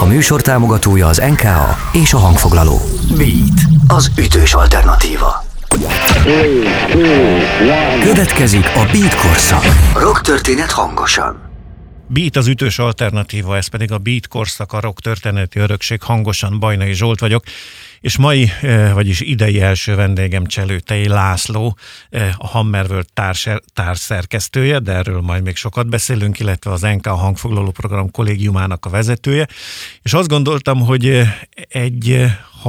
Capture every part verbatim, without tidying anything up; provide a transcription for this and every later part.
műsor támogatója az en ká á és a hangfoglaló. Beat, az ütős alternatíva. Következik a Beat korszak. Rock történet hangosan. Beat az ütős alternatíva, ez pedig a Beat korszak, a rock történeti örökség. Hangosan Bajnai Zsolt vagyok, és mai, vagyis idei első vendégem Cselőtei László, a Hammerworld társ, társszerkesztője, de erről majd még sokat beszélünk, illetve az en ká hangfoglaló program kollégiumának a vezetője, és azt gondoltam, hogy egy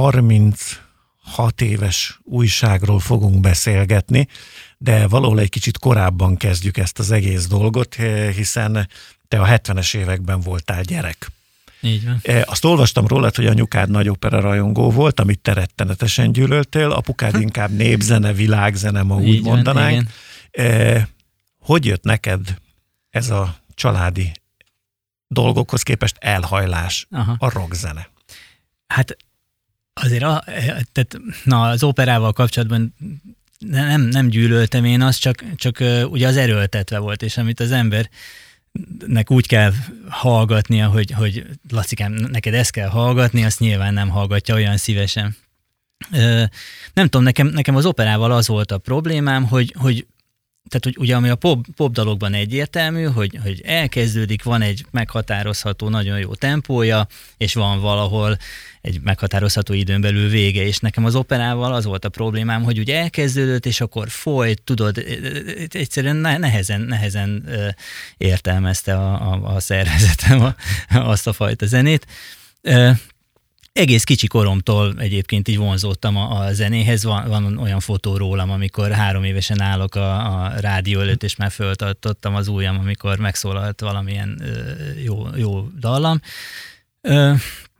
harminchat éves újságról fogunk beszélgetni, de valahol egy kicsit korábban kezdjük ezt az egész dolgot, hiszen te a hetvenes években voltál gyerek. Így van. Azt olvastam rólad, hogy anyukád nagy opera rajongó volt, amit te rettenetesen gyűlöltél, apukád inkább népzene, világzene, ma úgy van, mondanánk. Igen. Hogy jött neked ez a családi dolgokhoz képest elhajlás, Aha. a rockzene? Hát azért a, tehát, na, az operával kapcsolatban nem, nem gyűlöltem én azt, csak, csak ugye az erőltetve volt, és amit az ember nek úgy kell hallgatnia, hogy, hogy Lacikám, neked ezt kell hallgatni, azt nyilván nem hallgatja olyan szívesen. Ö, nem tudom, nekem, nekem az operával az volt a problémám, hogy, hogy tehát, hogy ugye ami a pop, pop dalokban egyértelmű, hogy, hogy elkezdődik, van egy meghatározható, nagyon jó tempója, és van valahol egy meghatározható időn belül vége, és nekem az operával az volt a problémám, hogy ugye elkezdődött, és akkor folyt, tudod, egyszerűen nehezen, nehezen értelmezte a, a, a szervezetem a, azt a fajta zenét. Egész kicsi koromtól egyébként így vonzódtam a, a zenéhez. Van, van olyan fotó rólam, amikor három évesen állok a, a rádió előtt, és már föltartottam az ujjam, amikor megszólalt valamilyen ö, jó, jó dallam. Ö,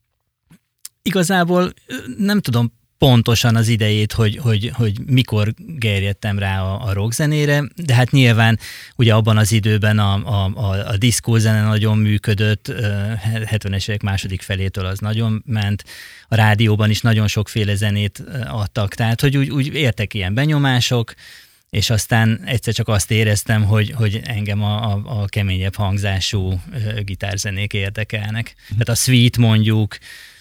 igazából nem tudom pontosan az idejét, hogy, hogy, hogy mikor gerjedtem rá a, a rockzenére, de hát nyilván ugye abban az időben a, a, a, a diszkózene nagyon működött, hetvenes évek második felétől az nagyon ment, a rádióban is nagyon sokféle zenét adtak, tehát hogy úgy, úgy értek ilyen benyomások, és aztán egyszer csak azt éreztem, hogy, hogy engem a, a, a keményebb hangzású gitárzenék érdekelnek. Tehát a Sweet mondjuk,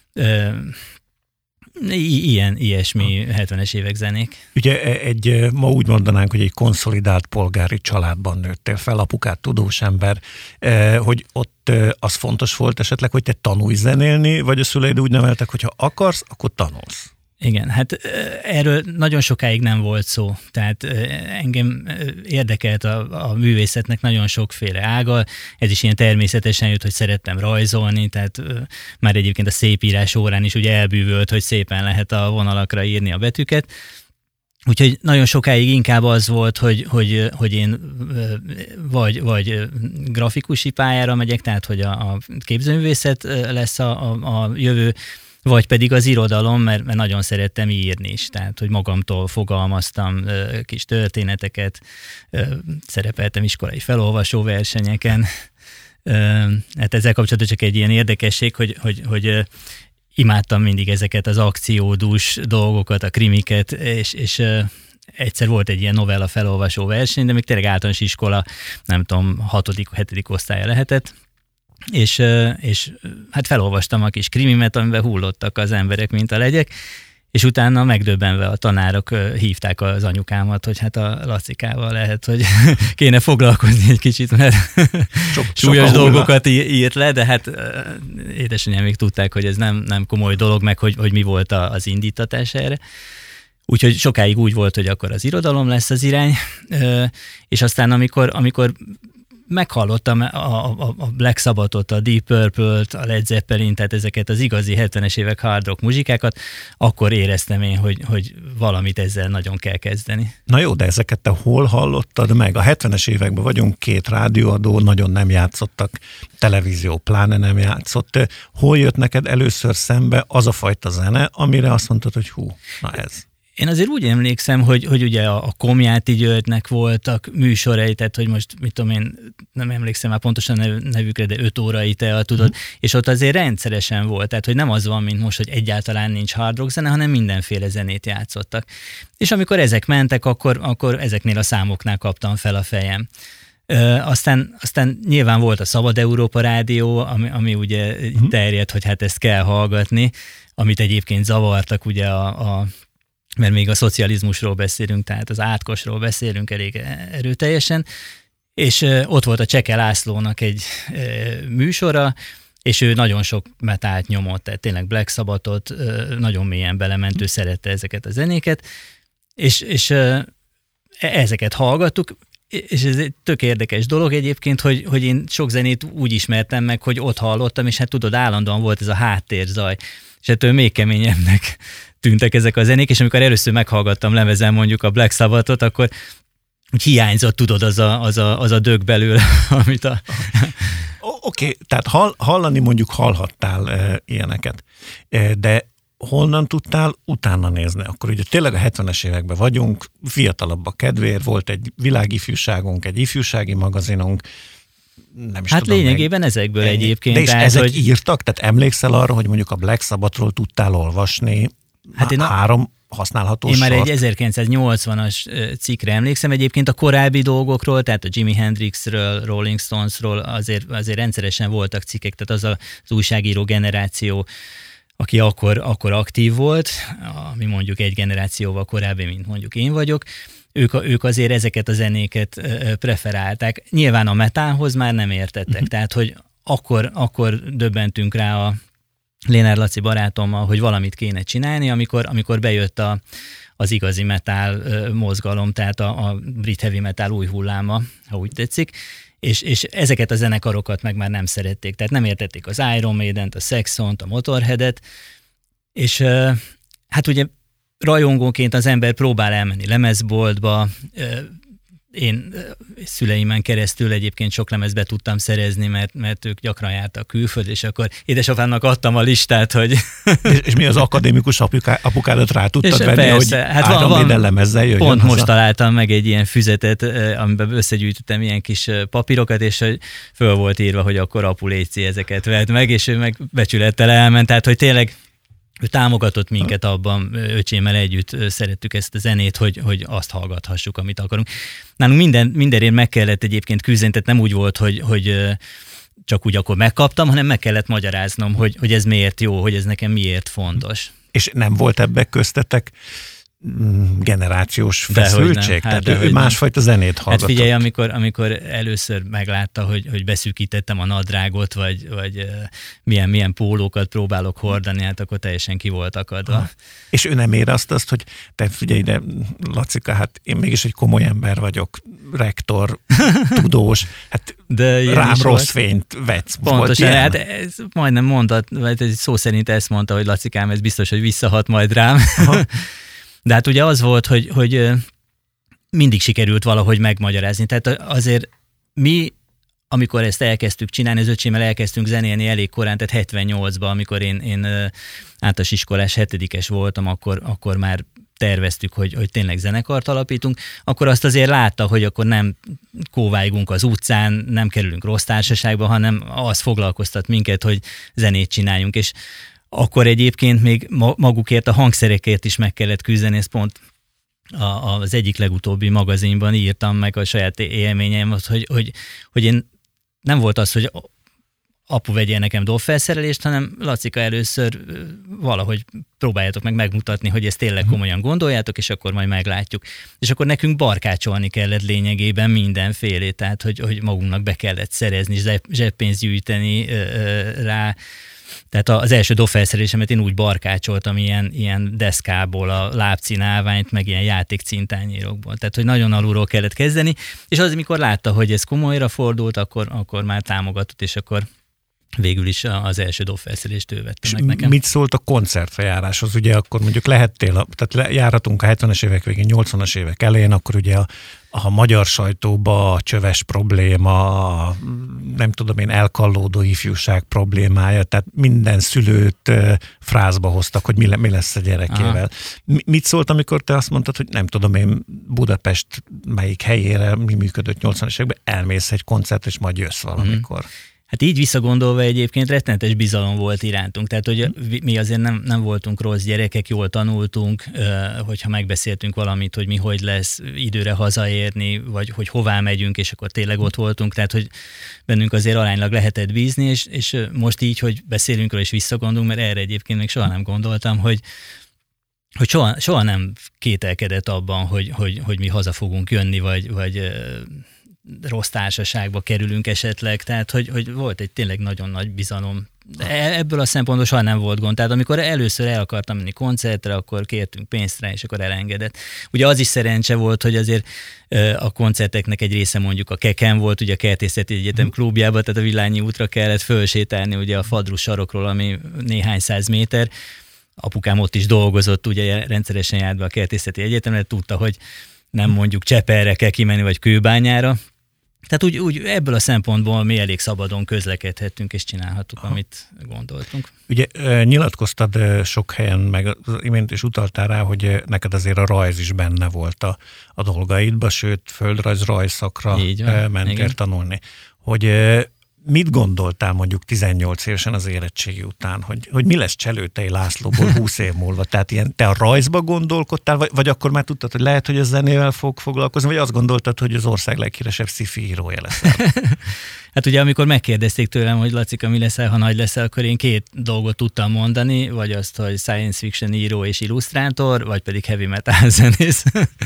I- ilyen, ilyesmi ha. hetvenes évek zenék. Ugye egy, ma úgy mondanánk, hogy egy konszolidált polgári családban nőttél fel, apukád tudós ember, hogy ott az fontos volt esetleg, hogy te tanulj zenélni, vagy a szüleid úgy neveltek, hogy ha akarsz, akkor tanulsz. Igen, hát erről nagyon sokáig nem volt szó, tehát engem érdekelt a, a művészetnek nagyon sokféle ága, ez is ilyen természetesen jött, hogy szerettem rajzolni, tehát már egyébként a szépírás órán is ugye elbűvölt, hogy szépen lehet a vonalakra írni a betűket. Úgyhogy nagyon sokáig inkább az volt, hogy, hogy, hogy én vagy, vagy grafikusi pályára megyek, tehát hogy a, a képzőművészet lesz a, a, a jövő, vagy pedig az irodalom, mert, mert nagyon szerettem írni is, tehát hogy magamtól fogalmaztam ö, kis történeteket, ö, szerepeltem iskolai felolvasó versenyeken. Ö, hát ezzel kapcsolatban csak egy ilyen érdekesség, hogy, hogy, hogy ö, imádtam mindig ezeket az akciódús dolgokat, a krimiket, és, és ö, egyszer volt egy ilyen novella felolvasó verseny, de még tényleg általános iskola, nem tudom, hatodik, hetedik osztálya lehetett, És, és hát felolvastam a kis krimimet, amiben hullottak az emberek, mint a legyek, és utána megdöbbenve a tanárok hívták az anyukámat, hogy hát a Lacikával lehet, hogy kéne foglalkozni egy kicsit, mert Sok, súlyos dolgokat írt le, de hát édesanyám még tudták, hogy ez nem, nem komoly dolog, meg hogy, hogy mi volt az indítatás erre. Úgyhogy sokáig úgy volt, hogy akkor az irodalom lesz az irány, és aztán amikor, amikor meghallottam a, a, a Black Sabbathot, a Deep Purple-t, a Led Zeppelin, tehát ezeket az igazi hetvenes évek hard rock muzsikákat, akkor éreztem én, hogy, hogy valamit ezzel nagyon kell kezdeni. Na jó, de ezeket te hol hallottad meg? A hetvenes években vagyunk, két rádióadó, nagyon nem játszottak, televízió pláne nem játszott. Hol jött neked először szembe az a fajta zene, amire azt mondtad, hogy hú, na ez? Én azért úgy emlékszem, hogy, hogy ugye a, a Komjáti Györgynek voltak műsorai, tehát hogy most, mit tudom én, nem emlékszem már pontosan nevükre, de öt órai te, tudod, mm. és ott azért rendszeresen volt, tehát hogy nem az van, mint most, hogy egyáltalán nincs hard rock zene, hanem mindenféle zenét játszottak. És amikor ezek mentek, akkor, akkor ezeknél a számoknál kaptam fel a fejem. Aztán, aztán nyilván volt a Szabad Európa Rádió, ami, ami ugye terjedt, hogy hát ezt kell hallgatni, amit egyébként zavartak ugye a, a mert még a szocializmusról beszélünk, tehát az átkosról beszélünk elég erőteljesen, és ott volt a Cseke Lászlónak egy műsora, és ő nagyon sok metált nyomott, tehát tényleg Black Sabbathot nagyon mélyen belement, ő szerette ezeket a zenéket, és, és ezeket hallgattuk, és ez egy tök érdekes dolog egyébként, hogy, hogy én sok zenét úgy ismertem meg, hogy ott hallottam, és hát tudod, állandóan volt ez a háttérzaj, és ettől még keményebbnek tűntek ezek a zenék, és amikor először meghallgattam lemezen mondjuk a Black Sabbathot, akkor úgy hiányzott, tudod, az a, az a, az a dög belőle, amit a... Oké, okay, tehát hall, hallani mondjuk hallhattál e, ilyeneket, e, de honnan tudtál utána nézni? Akkor ugye tényleg a hetvenes években vagyunk, fiatalabbak kedvéért, volt egy világifjúságunk, egy ifjúsági magazinunk, nem is hát tudom lényegében meg. Ezekből ennyi. Egyébként. De és tehát, ezek hogy... írtak? Tehát emlékszel arra, hogy mondjuk a Black Sabbathról tudtál olvasni hát én a... három használható Én sort? már egy ezerkilencszáznyolcvanas cikkre emlékszem egyébként a korábbi dolgokról, tehát a Jimi Hendrixről, Rolling Stonesról azért, azért rendszeresen voltak cikkek, tehát az az újságíró generáció, aki akkor, akkor aktív volt, ami mondjuk egy generációval korábbi, mint mondjuk én vagyok, ők, ők azért ezeket a zenéket preferálták. Nyilván a metálhoz már nem értettek, uh-huh. tehát hogy akkor, akkor döbbentünk rá a Lénár Laci barátommal, hogy valamit kéne csinálni, amikor, amikor bejött a, az igazi metal mozgalom, tehát a, a brit heavy metal új hulláma, ha úgy tetszik, és, és ezeket a zenekarokat meg már nem szerették, tehát nem értették az Iron Maident, a Saxont, a Motorheadet, és hát ugye rajongóként az ember próbál elmenni lemezboltba, én szüleimen keresztül egyébként sok lemezbe tudtam szerezni, mert, mert ők gyakran jártak külföld, és akkor édesapámnak adtam a listát, hogy... és, és mi az akadémikus apuká, apukádat rá tudtad venni, persze, hogy hát Iron Maiden lemezzel jöjjön pont haza. Most találtam meg egy ilyen füzetet, amiben összegyűjtöttem ilyen kis papírokat, és föl volt írva, hogy akkor apu léci ezeket vett meg, és ő meg becsülettel elment, tehát hogy tényleg ő támogatott minket abban, öcsémmel együtt szerettük ezt a zenét, hogy, hogy azt hallgathassuk, amit akarunk. Nálunk minden, mindenért meg kellett egyébként küzdeni, tehát nem úgy volt, hogy, hogy csak úgy akkor megkaptam, hanem meg kellett magyaráznom, hogy, hogy ez miért jó, hogy ez nekem miért fontos. És nem volt ebbe köztetek generációs feszültség? Hát tehát ő másfajta zenét hallgatott. Hát figyelj, amikor, amikor először meglátta, hogy, hogy beszűkítettem a nadrágot, vagy, vagy uh, milyen, milyen pólókat próbálok hordani, hát akkor teljesen ki volt akadva. Ha. És ő nem érezte azt, hogy te figyelj ide, Lacika, hát én mégis egy komoly ember vagyok, rektor, tudós, hát de rám rossz volt. Fényt vetsz. Pontosan, hát ez majdnem mondat, vagy szó szerint ezt mondta, hogy Lacikám, ez biztos, hogy visszahat majd rám. De hát ugye az volt, hogy, hogy mindig sikerült valahogy megmagyarázni. Tehát azért mi, amikor ezt elkezdtük csinálni, az öcsémmel elkezdtünk zenélni elég korán, tehát hetvennyolcban, amikor én, én általános iskolás hetedikes voltam, akkor, akkor már terveztük, hogy, hogy tényleg zenekart alapítunk, akkor azt azért látta, hogy akkor nem kóvájgunk az utcán, nem kerülünk rossz társaságba, hanem az foglalkoztat minket, hogy zenét csináljunk, és akkor egyébként még magukért, a hangszerekért is meg kellett küzdeni, ezt pont az egyik legutóbbi magazinban írtam meg a saját élményeim, hogy, hogy, hogy én nem volt az, hogy apu vegye nekem dobfelszerelést, hanem Lacika, először valahogy próbáljátok meg megmutatni, hogy ezt tényleg komolyan gondoljátok, és akkor majd meglátjuk. És akkor nekünk barkácsolni kellett lényegében mindenfélét, tehát hogy, hogy magunknak be kellett szerezni, zseppénzt gyűjteni rá. Tehát az első dobfelszerelésemet én úgy barkácsoltam ilyen, ilyen deszkából, a lábcinálványt, meg ilyen játékcintányérokból. Tehát, hogy nagyon alulról kellett kezdeni, és az, amikor látta, hogy ez komolyra fordult, akkor, akkor már támogatott, és akkor végül is az első dobfelszerelést ő vette meg nekem. Mit szólt a koncertre járáshoz? Ugye akkor mondjuk lehettél, tehát járhatunk a hetvenes évek végén, nyolcvanas évek elején, akkor ugye a, a magyar sajtóba a csöves probléma, a, nem tudom én, elkallódó ifjúság problémája, tehát minden szülőt frázba hoztak, hogy mi, le, mi lesz a gyerekével. Mi, mit szólt, amikor te azt mondtad, hogy nem tudom én, Budapest melyik helyére, mi működött nyolcvanas években, elmész egy koncertre, és majd jössz valamikor? Hmm. Hát így visszagondolva egyébként rettenetes bizalom volt irántunk, tehát hogy mi azért nem, nem voltunk rossz gyerekek, jól tanultunk, hogyha megbeszéltünk valamit, hogy mi hogy lesz időre hazaérni, vagy hogy hová megyünk, és akkor tényleg ott voltunk, tehát hogy bennünk azért aránylag lehetett bízni, és, és most így, hogy beszélünk róla és visszagondolunk, mert erre egyébként még soha nem gondoltam, hogy hogy soha, soha nem kételkedett abban, hogy, hogy, hogy mi haza fogunk jönni, vagy, vagy rossz társaságba kerülünk esetleg, tehát hogy, hogy volt egy tényleg nagyon nagy bizalom. De ebből a szempontból soha nem volt gond. Tehát amikor először el akartam menni koncertre, akkor kértünk pénzt rá, és akkor elengedett. Ugye az is szerencse volt, hogy azért a koncerteknek egy része mondjuk a Keken volt, ugye a Kertészeti Egyetem klubjában, tehát a Villányi útra kellett fölsétálni ugye a Fadrus sarokról, ami néhány száz méter. Apukám ott is dolgozott, ugye rendszeresen járt be a Kertészeti Egyetemre, tudta, hogy nem mondjuk Cseperre kell kimenni, vagy Kőbányára. Tehát úgy, úgy ebből a szempontból mi elég szabadon közlekedhettünk, és csinálhattuk, Aha. amit gondoltunk. Ugye nyilatkoztad sok helyen, meg az imént is utaltál rá, hogy neked azért a rajz is benne volt a, a dolgaidba, sőt, földrajz rajzszakra mentél tanulni. Hogy mit gondoltál mondjuk tizennyolc évesen az érettségi után, hogy, hogy mi lesz Cselőtei Lászlóból húsz év múlva? Tehát ilyen, te a rajzba gondolkodtál, vagy, vagy akkor már tudtad, hogy lehet, hogy a zenével fog foglalkozni, vagy azt gondoltad, hogy az ország leghíresebb sci-fi írója leszel? Hát ugye amikor megkérdezték tőlem, hogy Lacika, mi leszel, ha nagy leszel, akkor én két dolgot tudtam mondani, vagy azt, hogy science fiction író és illusztrátor, vagy pedig heavy metal zenész.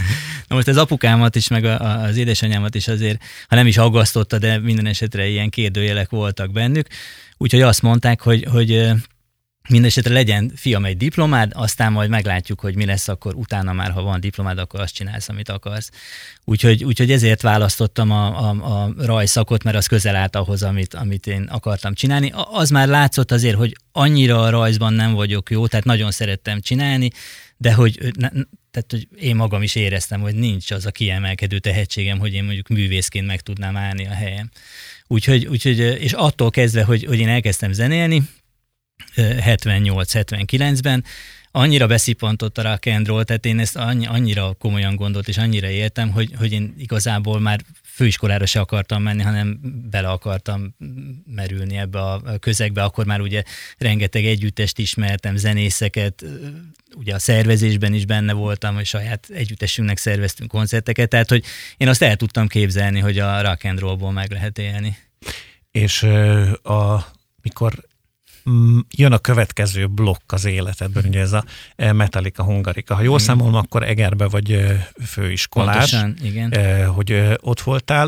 Na most az apukámat is, meg az édesanyámat is azért, ha nem is aggasztotta, de minden esetre ilyen kérdőjelek voltak bennük. Úgyhogy azt mondták, hogy, hogy mindenesetre legyen, fiam, egy diplomád, aztán majd meglátjuk, hogy mi lesz akkor utána már, ha van diplomád, akkor azt csinálsz, amit akarsz. Úgyhogy, úgyhogy ezért választottam a, a, a rajzszakot, mert az közel állt ahhoz, amit, amit én akartam csinálni. Az már látszott azért, hogy annyira a rajzban nem vagyok jó, tehát nagyon szerettem csinálni, de hogy, ne, tehát, hogy én magam is éreztem, hogy nincs az a kiemelkedő tehetségem, hogy én mondjuk művészként meg tudnám állni a helyem. Úgyhogy, úgyhogy és attól kezdve, hogy, hogy én elkezdtem zenélni, hetvennyolc hetvenkilencben, annyira beszippantott a rock and roll, tehát én ezt annyira komolyan gondolt, és annyira éltem, hogy, hogy én igazából már főiskolára se akartam menni, hanem bele akartam merülni ebbe a közegbe, akkor már ugye rengeteg együttest ismertem, zenészeket, ugye a szervezésben is benne voltam, hogy saját együttesünknek szerveztünk koncerteket, tehát hogy én azt el tudtam képzelni, hogy a rock and rollból meg lehet élni. És a, mikor jön a következő blokk az életedben, ugye ez a Metallica Hungarika. Ha jól igen. számolom, akkor Egerbe vagy főiskolás, pontosan, igen. hogy ott voltál.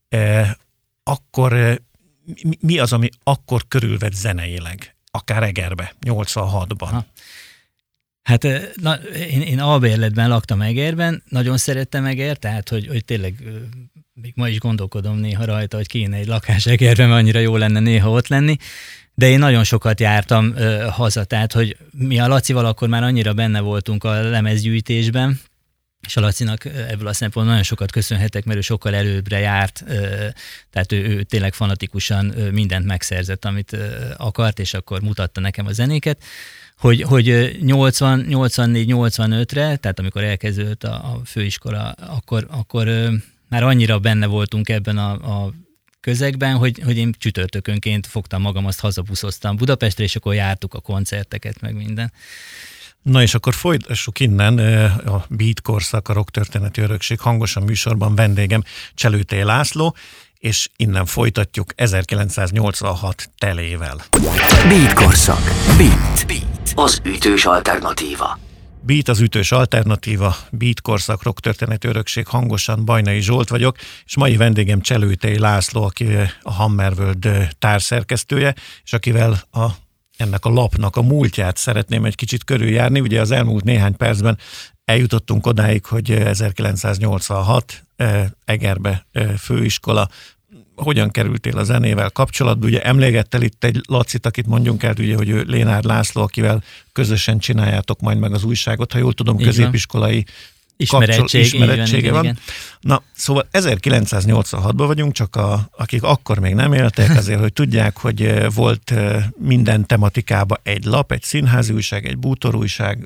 Akkor mi az, ami akkor körülvett zeneileg? Akár Egerbe, nyolcvanhatban. Ha. Hát na, én, én albérletben laktam Egerben, nagyon szerettem Eger, tehát hogy, hogy tényleg még ma is gondolkodom néha rajta, hogy kéne egy lakás Egerben, annyira jó lenne néha ott lenni. De én nagyon sokat jártam ö, haza, tehát hogy mi a Lacival akkor már annyira benne voltunk a lemezgyűjtésben, és a Lacinak ebből a szempontból nagyon sokat köszönhetek, mert ő sokkal előbbre járt, ö, tehát ő, ő tényleg fanatikusan ö, mindent megszerzett, amit ö, akart, és akkor mutatta nekem a zenéket, hogy, hogy nyolcvan, nyolcvannégy nyolcvanötre, tehát amikor elkezdődött a, a főiskola, akkor, akkor ö, már annyira benne voltunk ebben a, a közegben, hogy, hogy én csütörtökönként fogtam magam, azt hazabuszoztam Budapestre, és akkor jártuk a koncerteket, meg minden. Na és akkor folytassuk innen a Beat korszak, a rocktörténeti örökség hangosan műsorban vendégem Cselőtei László, és innen folytatjuk ezerkilencszáznyolcvanhat telével. Beat korszak. Beat. Beat. Az ütős alternatíva. Beat az ütős alternatíva, Beat korszak, rocktörténeti örökség, hangosan Bajnai Zsolt vagyok, és mai vendégem Cselőtei László, aki a Hammerworld társszerkesztője, és akivel a, ennek a lapnak a múltját szeretném egy kicsit körüljárni. Ugye az elmúlt néhány percben eljutottunk odáig, hogy ezerkilencszáznyolcvanhat, Egerbe főiskola. Hogyan kerültél a zenével kapcsolatba? Ugye emlégettel itt egy Lacit, akit mondjunk el, ugye, hogy ő Lénárd László, akivel közösen csináljátok majd meg az újságot, ha jól tudom, így középiskolai ismerettség, ismerettsége van. Igen. Na, szóval ezerkilencszáznyolcvanhatban vagyunk, csak a, akik akkor még nem éltek, azért, hogy tudják, hogy volt minden tematikában egy lap, egy színházi újság, egy bútorújság,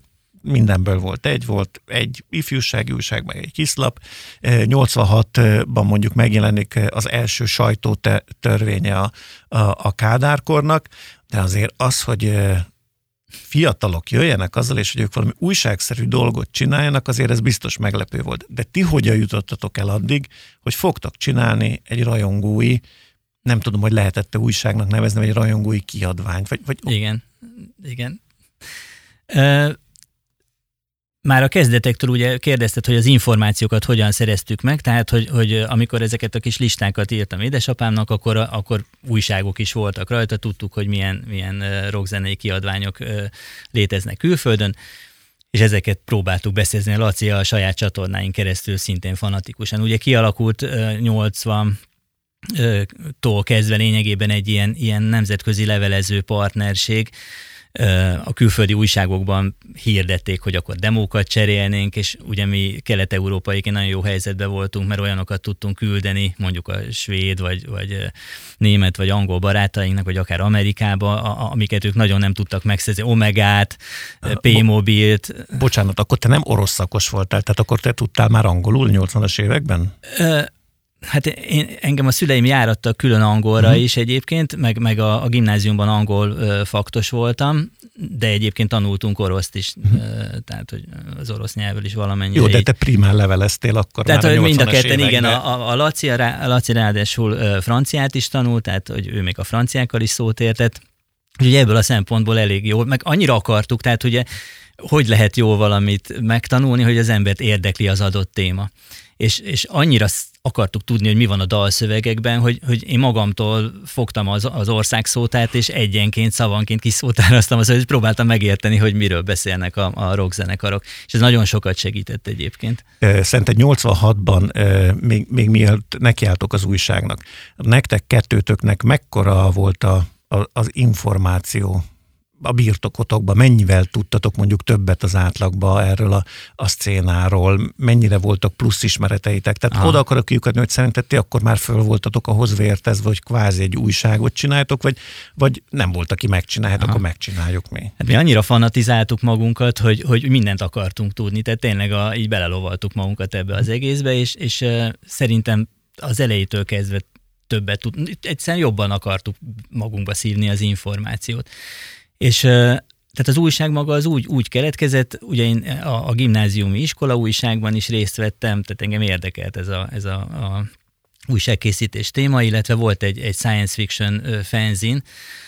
mindenből volt egy, volt egy ifjúsági újság, meg egy kislap. nyolcvanhatban mondjuk megjelenik az első sajtótörvénye a, a, a Kádárkornak, de azért az, hogy fiatalok jöjjenek azzal, és hogy ők valami újságszerű dolgot csináljanak, azért ez biztos meglepő volt. De ti hogyan jutottatok el addig, hogy fogtak csinálni egy rajongói, nem tudom, hogy lehetett-e újságnak nevezni, vagy egy rajongói kiadványt? Vagy, vagy... Igen, igen. Uh, Már a kezdetektől ugye kérdezted, hogy az információkat hogyan szereztük meg, tehát hogy, hogy amikor ezeket a kis listákat írtam édesapámnak, akkor, akkor újságok is voltak rajta, tudtuk, hogy milyen, milyen rockzenei kiadványok léteznek külföldön, és ezeket próbáltuk beszerezni. A Laci a saját csatornáink keresztül szintén fanatikusan. Ugye kialakult nyolcvantól kezdve lényegében egy ilyen, ilyen nemzetközi levelező partnerség. A külföldi újságokban hirdették, hogy akkor demókat cserélnénk, és ugye mi kelet-európaiként nagyon jó helyzetben voltunk, mert olyanokat tudtunk küldeni, mondjuk a svéd, vagy, vagy német, vagy angol barátainknak, vagy akár Amerikába, amiket ők nagyon nem tudtak megszerzni, Omegát, P-mobilt. Bocsánat, akkor te nem orosz szakos voltál, tehát akkor te tudtál már angolul nyolcvanas években? Hát én, engem a szüleim járattak külön angolra uh-huh. is egyébként, meg, meg a, a gimnáziumban angol ö, faktos voltam, de egyébként tanultunk oroszt is, uh-huh. ö, tehát hogy az orosz nyelvvel is valamennyire. Jó, de te primán leveleztél akkor tehát, már a hogy mind a ketten, években. igen, a, a, Laci, a Laci ráadásul ö, franciát is tanult, tehát hogy ő még a franciákkal is szót értett. Úgyhogy ebből a szempontból elég jó, meg annyira akartuk, tehát ugye hogy lehet jó valamit megtanulni, hogy az embert érdekli az adott téma. És, és annyira akartuk tudni, hogy mi van a dalszövegekben, hogy, hogy én magamtól fogtam az, az ország szótát, és egyenként, szavanként kiszótároztam az, hogy próbáltam megérteni, hogy miről beszélnek a, a rockzenekarok. És ez nagyon sokat segített egyébként. Szerinted nyolcvanhatban, még, még mielőtt nekiálltok az újságnak, nektek kettőtöknek mekkora volt a, a, az információ a birtokotokban, mennyivel tudtatok mondjuk többet az átlagba erről a, a szcénáról, mennyire voltak plusz ismereteitek? Tehát Aha. oda akarok kiukadni, hogy szerinted ti akkor már föl voltatok ahhoz vértezve, hogy kvázi egy újságot csináltok, vagy, vagy nem volt, aki megcsinálhat, Aha. akkor megcsináljuk mi. Hát mi annyira fanatizáltuk magunkat, hogy, hogy mindent akartunk tudni, tehát tényleg a, így belelovaltuk magunkat ebbe az egészbe, és, és uh, szerintem az elejétől kezdve többet tudni, egyszerűen jobban akartuk magunkba szívni az információt. És tehát az újság maga az úgy, úgy keletkezett, ugye én a, a gimnáziumi iskola újságban is részt vettem, tehát engem érdekelt ez a, ez a, a újságkészítés téma, illetve volt egy, egy science fiction fanzine,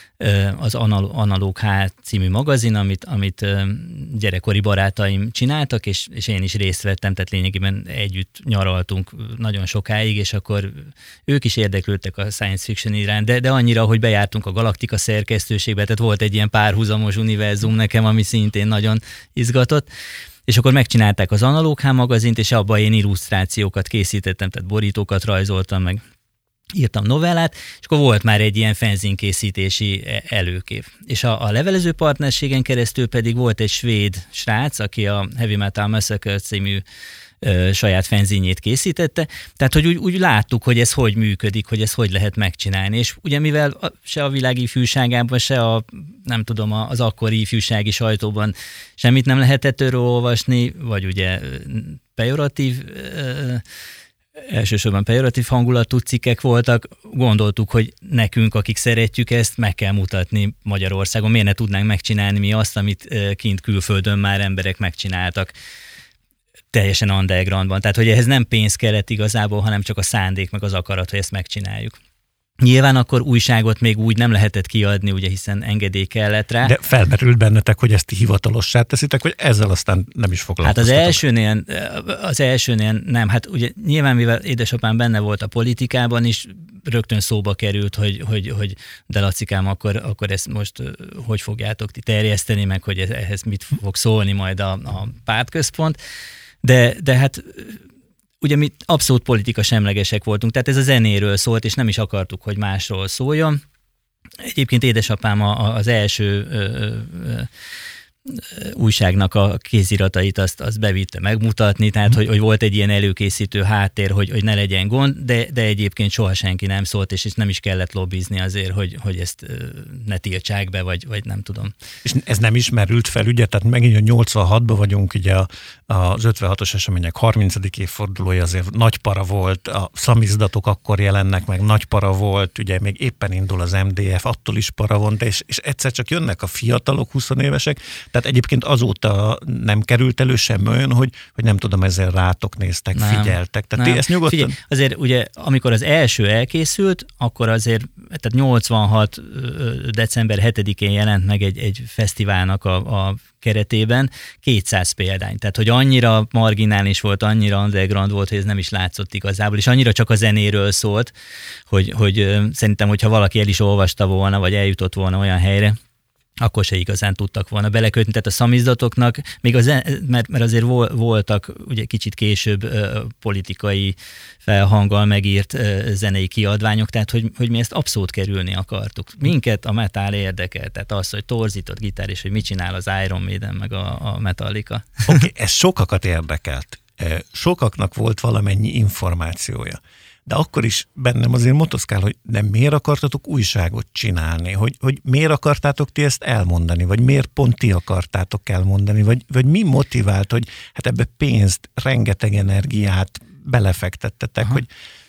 az Analóg H című magazin, amit, amit gyerekkori barátaim csináltak, és, és én is részt vettem, tehát lényegében együtt nyaraltunk nagyon sokáig, és akkor ők is érdeklődtek a science fiction iránt, de, de annyira, hogy bejártunk a Galaktika szerkesztőségbe, tehát volt egy ilyen párhuzamos univerzum nekem, ami szintén nagyon izgatott. És akkor megcsinálták az Analóg H magazint, és abban én illusztrációkat készítettem, tehát borítókat rajzoltam meg, írtam novellát, és akkor volt már egy ilyen fanzine-készítési előkép. És a, a levelező partnerségen keresztül pedig volt egy svéd srác, aki a Heavy Metal Massacre című ö, saját fanzinjét készítette, tehát hogy úgy, úgy láttuk, hogy ez hogy működik, hogy ez hogy lehet megcsinálni, és ugye mivel a, se a világ ifjúságában, se a, nem tudom, az akkori ifjúsági sajtóban semmit nem lehetett erről olvasni, vagy ugye pejoratív ö, elsősorban pejoratív hangulatú cikkek voltak, gondoltuk, hogy nekünk, akik szeretjük ezt, meg kell mutatni Magyarországon. Miért ne tudnánk megcsinálni mi azt, amit kint külföldön már emberek megcsináltak teljesen undergroundban. Tehát, hogy ehhez nem pénz kellett igazából, hanem csak a szándék, meg az akarat, hogy ezt megcsináljuk. Nyilván akkor újságot még úgy nem lehetett kiadni, ugye, hiszen engedély kellett rá. De felmerült bennetek, hogy ezt hivatalossá teszitek, vagy ezzel aztán nem is foglalkoztatok? Hát az elsőnél, az elsőnél nem. Hát ugye nyilván, mivel édesapám benne volt a politikában is, rögtön szóba került, hogy, hogy, hogy de Lacikám, akkor, akkor ezt most hogy fogjátok ti terjeszteni, meg hogy ehhez mit fog szólni majd a, a pártközpont. De, de hát ugye mi abszolút politika semlegesek voltunk, tehát ez a zenéről szólt, és nem is akartuk, hogy másról szóljon. Egyébként édesapám az első ö, ö, újságnak a kéziratait azt, azt bevitte megmutatni, tehát hogy, hogy volt egy ilyen előkészítő háttér, hogy, hogy ne legyen gond, de, de egyébként soha senki nem szólt, és, és nem is kellett lobbizni azért, hogy, hogy ezt ne tiltsák be, vagy, vagy nem tudom. És ez nem is merült fel, ugye? Tehát megint a nyolcvanhatban vagyunk, ugye az ötvenhatos események harmincadik évfordulója, azért nagy para volt, a szamizdatok akkor jelennek meg, nagy para volt, ugye még éppen indul az em dé ef, attól is para volt, és, és egyszer csak jönnek a fiatalok, huszonévesek, tehát egyébként azóta nem került elő sem olyan, hogy, hogy nem tudom, ezzel rátok néztek, nem, figyeltek. Tehát nem. ti ezt nyugodtan... Figyelj, azért ugye, amikor az első elkészült, akkor azért, tehát nyolcvanhat december hetedikén jelent meg egy, egy fesztiválnak a, a keretében kétszáz példány. Tehát, hogy annyira marginális volt, annyira underground volt, hogy ez nem is látszott igazából, és annyira csak a zenéről szólt, hogy, hogy szerintem, hogyha valaki el is olvasta volna, vagy eljutott volna olyan helyre, akkor se igazán tudtak volna belekötni. Tehát a szamizdatoknak, még az, mert, mert azért voltak ugye kicsit később ö, politikai felhanggal megírt ö, zenei kiadványok, tehát hogy, hogy mi ezt abszolút kerülni akartuk. Minket a metal érdekel, tehát az, hogy torzított gitár, és hogy mit csinál az Iron Maiden, meg a, a Metallica. Oké, okay, ez sokakat érdekelt. Sokaknak volt valamennyi információja. De akkor is bennem azért motoszkál, hogy de miért akartatok újságot csinálni? Hogy, hogy miért akartátok ti ezt elmondani? Vagy miért pont ti akartátok elmondani? Vagy, vagy mi motivált, hogy hát ebbe pénzt, rengeteg energiát belefektettetek? Aha. Hogy...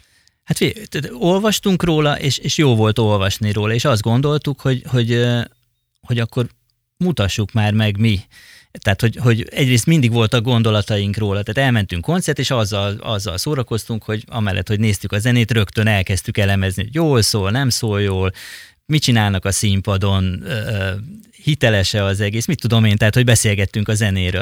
Hát olvastunk róla, és, és jó volt olvasni róla, és azt gondoltuk, hogy, hogy, hogy akkor mutassuk már meg mi. Tehát, hogy, hogy egyrészt mindig voltak gondolataink róla, tehát elmentünk koncert, és azzal, azzal szórakoztunk, hogy amellett, hogy néztük a zenét, rögtön elkezdtük elemezni, hogy jól szól, nem szól jól, mit csinálnak a színpadon, hiteles-e az egész, mit tudom én, tehát, hogy beszélgettünk a zenéről.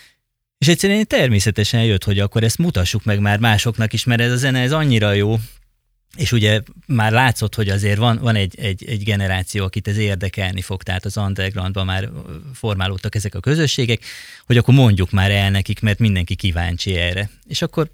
És egyszerűen természetesen jött, hogy akkor ezt mutassuk meg már másoknak is, mert ez a zene ez annyira jó, és ugye már látszott, hogy azért van, van egy, egy, egy generáció, akit ez érdekelni fog, tehát az undergroundban már formálódtak ezek a közösségek, hogy akkor mondjuk már el nekik, mert mindenki kíváncsi erre. És akkor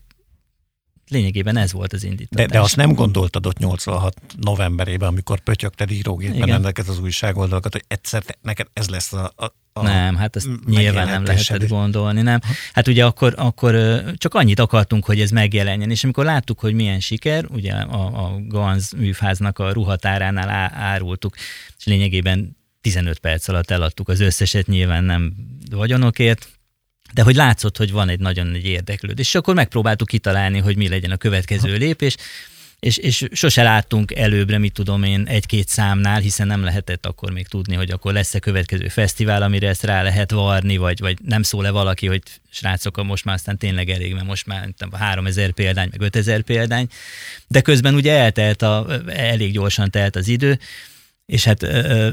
lényegében ez volt az indítatás. De, de azt nem gondoltad ott nyolcvanhat novemberében, amikor pötyögted írógépen ezeket az újságoldalakat, hogy egyszer neked ez lesz a, a A nem, hát azt nyilván nem lehetett gondolni, nem. Hát ugye akkor, akkor csak annyit akartunk, hogy ez megjelenjen, és amikor láttuk, hogy milyen siker, ugye a, a Ganz műfháznak a ruhatáránál á, árultuk, és lényegében tizenöt perc alatt eladtuk az összeset, nyilván nem vagyonokért, de hogy látszott, hogy van egy nagyon nagy érdeklődés, és akkor megpróbáltuk kitalálni, hogy mi legyen a következő lépés, És, és sose láttunk előbbre, mit tudom én, egy-két számnál, hiszen nem lehetett akkor még tudni, hogy akkor lesz-e következő fesztivál, amire ezt rá lehet varni, vagy, vagy nem szól-e valaki, hogy srácok, most már aztán tényleg elég, mert most már háromezer példány, meg ötezer példány, de közben ugye eltelt, a, elég gyorsan telt az idő, és hát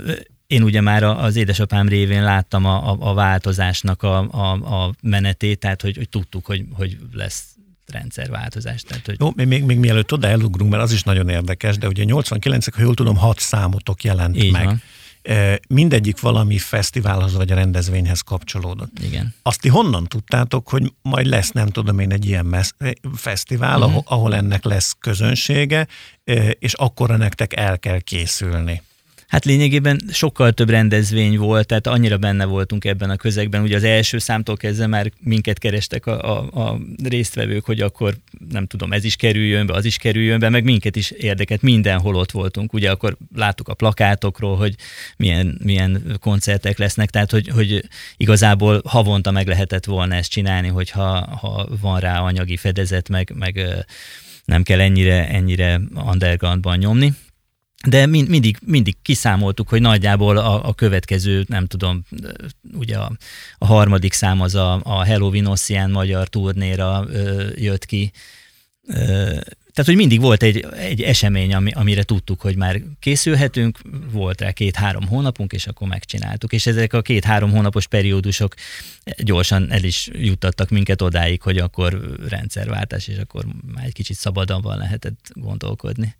én ugye már az édesapám révén láttam a, a, a változásnak a, a, a menetét, tehát hogy, hogy tudtuk, hogy, hogy lesz rendszerváltozás. Tehát, hogy... Jó, még, még mielőtt oda elugrunk, mert az is nagyon érdekes, de ugye nyolcvankilencek, ha jól tudom, hat számotok jelent így meg. Van. Mindegyik valami fesztiválhoz vagy a rendezvényhez kapcsolódott. Igen. Azt ti honnan tudtátok, hogy majd lesz, nem tudom én, egy ilyen messz, fesztivál, uh-huh. ahol, ahol ennek lesz közönsége, és akkorra nektek el kell készülni? Hát lényegében sokkal több rendezvény volt, tehát annyira benne voltunk ebben a közegben, ugye az első számtól kezdve már minket kerestek a, a, a résztvevők, hogy akkor nem tudom, ez is kerüljön be, az is kerüljön be, meg minket is érdekelt, mindenhol ott voltunk, ugye akkor láttuk a plakátokról, hogy milyen, milyen koncertek lesznek, tehát hogy, hogy igazából havonta meg lehetett volna ezt csinálni, hogyha ha van rá anyagi fedezet, meg, meg nem kell ennyire, ennyire undergroundban nyomni. De mind, mindig, mindig kiszámoltuk, hogy nagyjából a, a következő, nem tudom, ugye a, a harmadik szám az a, a Halloween Ocean magyar turnéra ö, jött ki. Ö, tehát, hogy mindig volt egy, egy esemény, ami, amire tudtuk, hogy már készülhetünk, volt rá két-három hónapunk, és akkor megcsináltuk. És ezek a két-három hónapos periódusok gyorsan el is juttattak minket odáig, hogy akkor rendszerváltás, és akkor már egy kicsit szabadabban lehetett gondolkodni.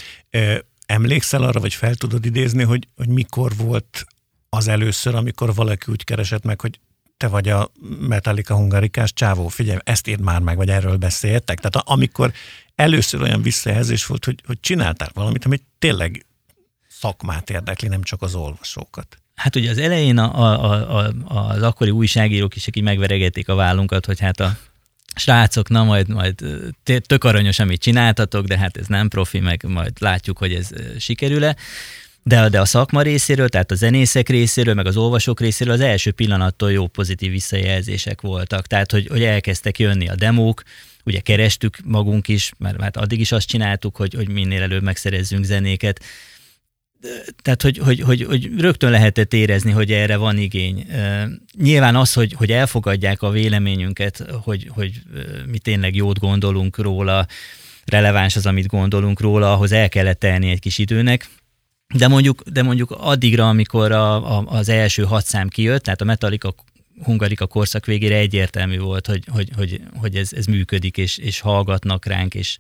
Emlékszel arra, vagy fel tudod idézni, hogy, hogy mikor volt az először, amikor valaki úgy keresett meg, hogy te vagy a Metallica hungarikás csávó, figyelj, ezt írd már meg, vagy erről beszéltek. Tehát amikor először olyan visszajelzés volt, hogy, hogy csináltál valamit, ami tényleg szakmát érdekli, nem csak az olvasókat. Hát ugye az elején a, a, a, az akkori újságírók is, akik megveregették a vállunkat, hogy hát a srácok, na majd, majd tök aranyos, amit csináltatok, de hát ez nem profi, meg majd látjuk, hogy ez sikerül-e. De, de a szakma részéről, tehát a zenészek részéről, meg az olvasók részéről az első pillanattól jó pozitív visszajelzések voltak. Tehát, hogy, hogy elkezdtek jönni a demók, ugye kerestük magunk is, mert hát addig is azt csináltuk, hogy, hogy minél előbb megszerezzünk zenéket. Tehát, hogy, hogy, hogy, hogy rögtön lehetett érezni, hogy erre van igény. Nyilván az, hogy, hogy elfogadják a véleményünket, hogy, hogy mi tényleg jót gondolunk róla, releváns az, amit gondolunk róla, ahhoz el kellett telni egy kis időnek. De mondjuk, de mondjuk addigra, amikor a, a, az első hat szám kijött, tehát a Metallica Hungarika korszak végére egyértelmű volt, hogy, hogy, hogy, hogy ez, ez működik, és, és hallgatnak ránk, és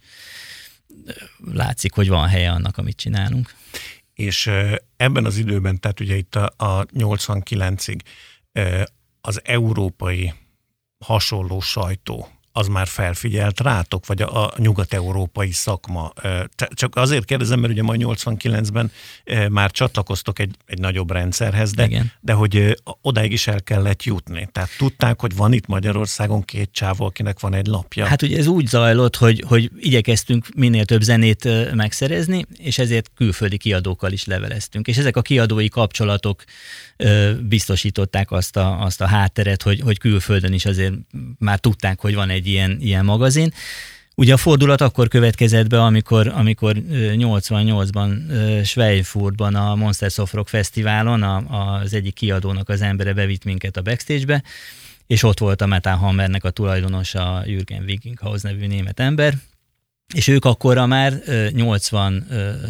látszik, hogy van helye annak, amit csinálunk. És ebben az időben, tehát ugye itt a, a nyolcvankilencig az európai hasonló sajtó, az már felfigyelt rátok, vagy a, a nyugat-európai szakma? Csak azért kérdezem, mert ugye majd nyolcvankilencben már csatlakoztok egy, egy nagyobb rendszerhez, de, de hogy odáig is el kellett jutni. Tehát tudták, hogy van itt Magyarországon két csávó, akinek van egy lapja. Hát ugye ez úgy zajlott, hogy, hogy igyekeztünk minél több zenét megszerezni, és ezért külföldi kiadókkal is leveleztünk. És ezek a kiadói kapcsolatok biztosították azt a, azt a hátteret, hogy, hogy külföldön is azért már tudták, hogy van egy ilyen, ilyen magazin. Ugye a fordulat akkor következett be, amikor, amikor nyolcvannyolcban Schweinfurtban a Monsters of Rock Fesztiválon a, az egyik kiadónak az embere bevitt minket a backstage-be, és ott volt a Metal Hammernek a tulajdonosa, Jürgen Wiginghaus nevű német ember, és ők akkorra már nyolcvan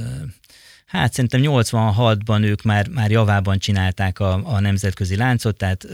Hát szerintem nyolcvanhatban ők már, már javában csinálták a, a nemzetközi láncot, tehát,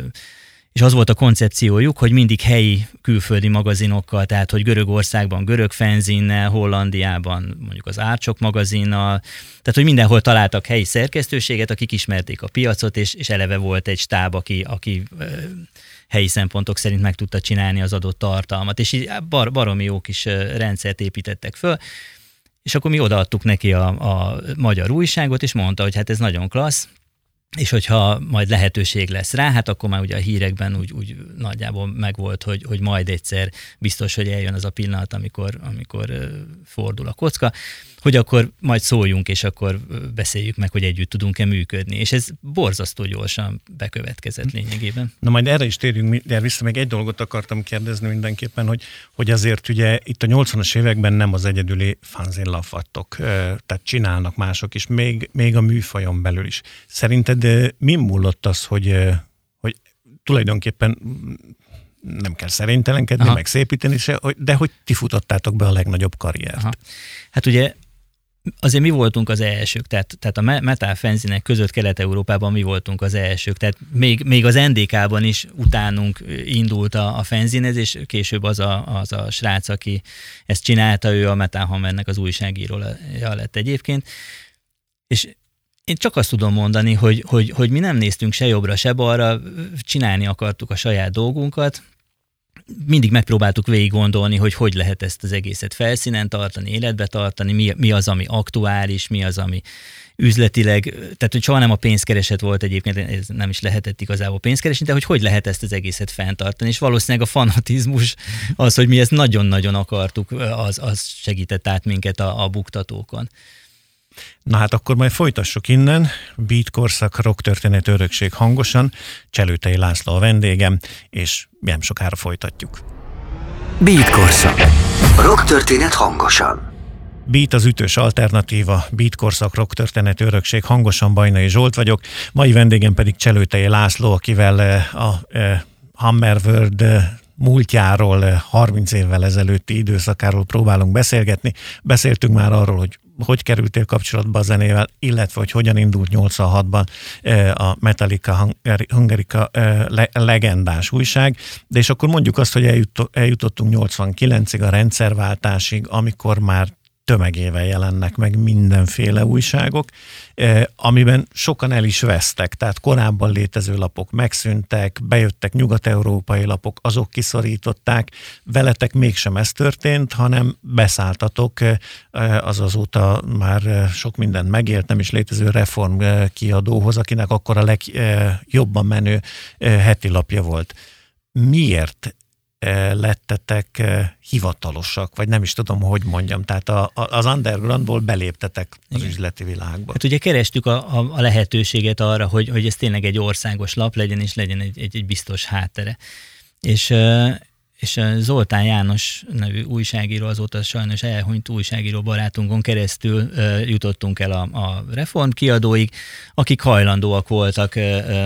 és az volt a koncepciójuk, hogy mindig helyi külföldi magazinokkal, tehát hogy Görögországban görög fanzinnel, Hollandiában mondjuk az Árcsok magazinnal, tehát hogy mindenhol találtak helyi szerkesztőséget, akik ismerték a piacot, és, és eleve volt egy stáb, aki, aki helyi szempontok szerint meg tudta csinálni az adott tartalmat, és így bar, baromi jó kis rendszert építettek föl. És akkor mi odaadtuk neki a, a magyar újságot, és mondta, hogy hát ez nagyon klassz, és hogyha majd lehetőség lesz rá, hát akkor már ugye a hírekben úgy, úgy nagyjából megvolt, hogy, hogy majd egyszer biztos, hogy eljön az a pillanat, amikor, amikor fordul a kocka, hogy akkor majd szóljunk, és akkor beszéljük meg, hogy együtt tudunk-e működni. És ez borzasztó gyorsan bekövetkezett lényegében. Na majd erre is térjünk de vissza, még egy dolgot akartam kérdezni mindenképpen, hogy, hogy azért ugye itt a nyolcvanas években nem az egyedüli fanzine vagytok, tehát csinálnak mások is, még, még a műfajon belül is. Szerinted mi múlott az, hogy, hogy tulajdonképpen nem kell szerintelenkedni, Aha. meg szépíteni se, de hogy ti futottátok be a legnagyobb karriert? Aha. Hát ugye azért mi voltunk az elsők, tehát, tehát a metal fanzinek között Kelet-Európában mi voltunk az elsők, tehát még, még az en dé ká-ban is utánunk indult a, a fanzinez, és később az a, az a srác, aki ezt csinálta, ő a Metal Hammernek az újságírója lett egyébként, és én csak azt tudom mondani, hogy, hogy, hogy mi nem néztünk se jobbra, se balra, csinálni akartuk a saját dolgunkat, mindig megpróbáltuk végig gondolni, hogy hogy lehet ezt az egészet felszínen tartani, életbe tartani, mi, mi az, ami aktuális, mi az, ami üzletileg, tehát hogy soha nem a pénzkereset volt egyébként, ez nem is lehetett igazából pénzkeresni, de hogy hogy lehet ezt az egészet fenntartani, és valószínűleg a fanatizmus az, hogy mi ezt nagyon-nagyon akartuk, az, az segített át minket a, a buktatókon. Na hát akkor majd folytassuk innen. Beat korszak, rock történet örökség hangosan. Cselőtei László a vendégem, és nem sokára folytatjuk. Beat korszak, rock történet hangosan. Beat az ütős alternatíva, Beat korszak, rock történet örökség hangosan, Bajnai Zsolt vagyok. Mai vendégem pedig Cselőtei László, akivel a, a Hammerworld múltjáról, harminc évvel ezelőtti időszakáról próbálunk beszélgetni. Beszéltünk már arról, hogy hogy kerültél kapcsolatba a zenével, illetve hogy hogyan indult nyolcvanhatban a Metallica Hungarika legendás újság, de és akkor mondjuk azt, hogy eljut, eljutottunk nyolcvankilencig, a rendszerváltásig, amikor már tömegével jelennek meg mindenféle újságok, amiben sokan el is vesztek, tehát korábban létező lapok megszűntek, bejöttek nyugat-európai lapok, azok kiszorították, veletek mégsem ez történt, hanem beszálltatok az azóta már sok mindent megélt, nem is létező Reform kiadóhoz, akinek akkor a legjobban menő heti lapja volt. Miért lettetek hivatalosak, vagy nem is tudom, hogy mondjam. Tehát a, a, az undergroundból beléptetek az Igen. üzleti világba. Hát ugye kerestük a, a, a lehetőséget arra, hogy, hogy ez tényleg egy országos lap legyen, és legyen egy, egy, egy biztos háttere. És, és Zoltán János nevű újságíró, azóta sajnos elhunyt újságíró barátunkon keresztül jutottunk el a, a Reform kiadóig, akik hajlandóak voltak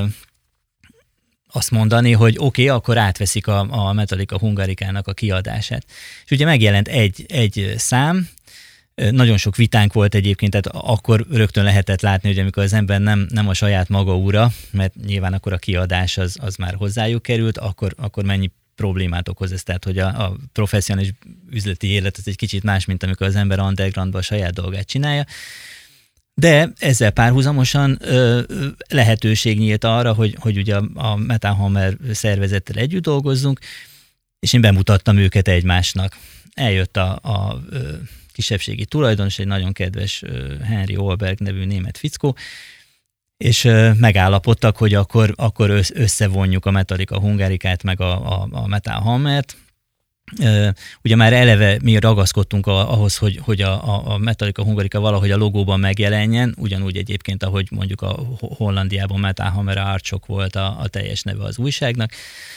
azt mondani, hogy oké, okay, akkor átveszik a, a Metallica Hungarikának a kiadását. És ugye megjelent egy, egy szám, nagyon sok vitánk volt egyébként, tehát akkor rögtön lehetett látni, hogy amikor az ember nem, nem a saját maga ura, mert nyilván akkor a kiadás az, az már hozzájuk került, akkor, akkor mennyi problémát okoz ez, tehát hogy a, a professzionális üzleti élet az egy kicsit más, mint amikor az ember undergroundban a saját dolgát csinálja. De ezzel párhuzamosan ö, lehetőség nyílt arra, hogy, hogy ugye a, a Metal Hammer szervezettel együtt dolgozzunk, és én bemutattam őket egymásnak. Eljött a, a ö, kisebbségi tulajdonos, egy nagyon kedves ö, Henry Olberg nevű német fickó, és ö, megállapodtak, hogy akkor, akkor összevonjuk a Metallica Hungarikát meg a, a, a Metal Hammert. Uh, ugye már eleve mi ragaszkodtunk a, ahhoz, hogy, hogy a, a Metallica Hungarika valahogy a logóban megjelenjen, ugyanúgy egyébként, ahogy mondjuk a Hollandiában Metal Hammer Archok volt a, a teljes neve az újságnak,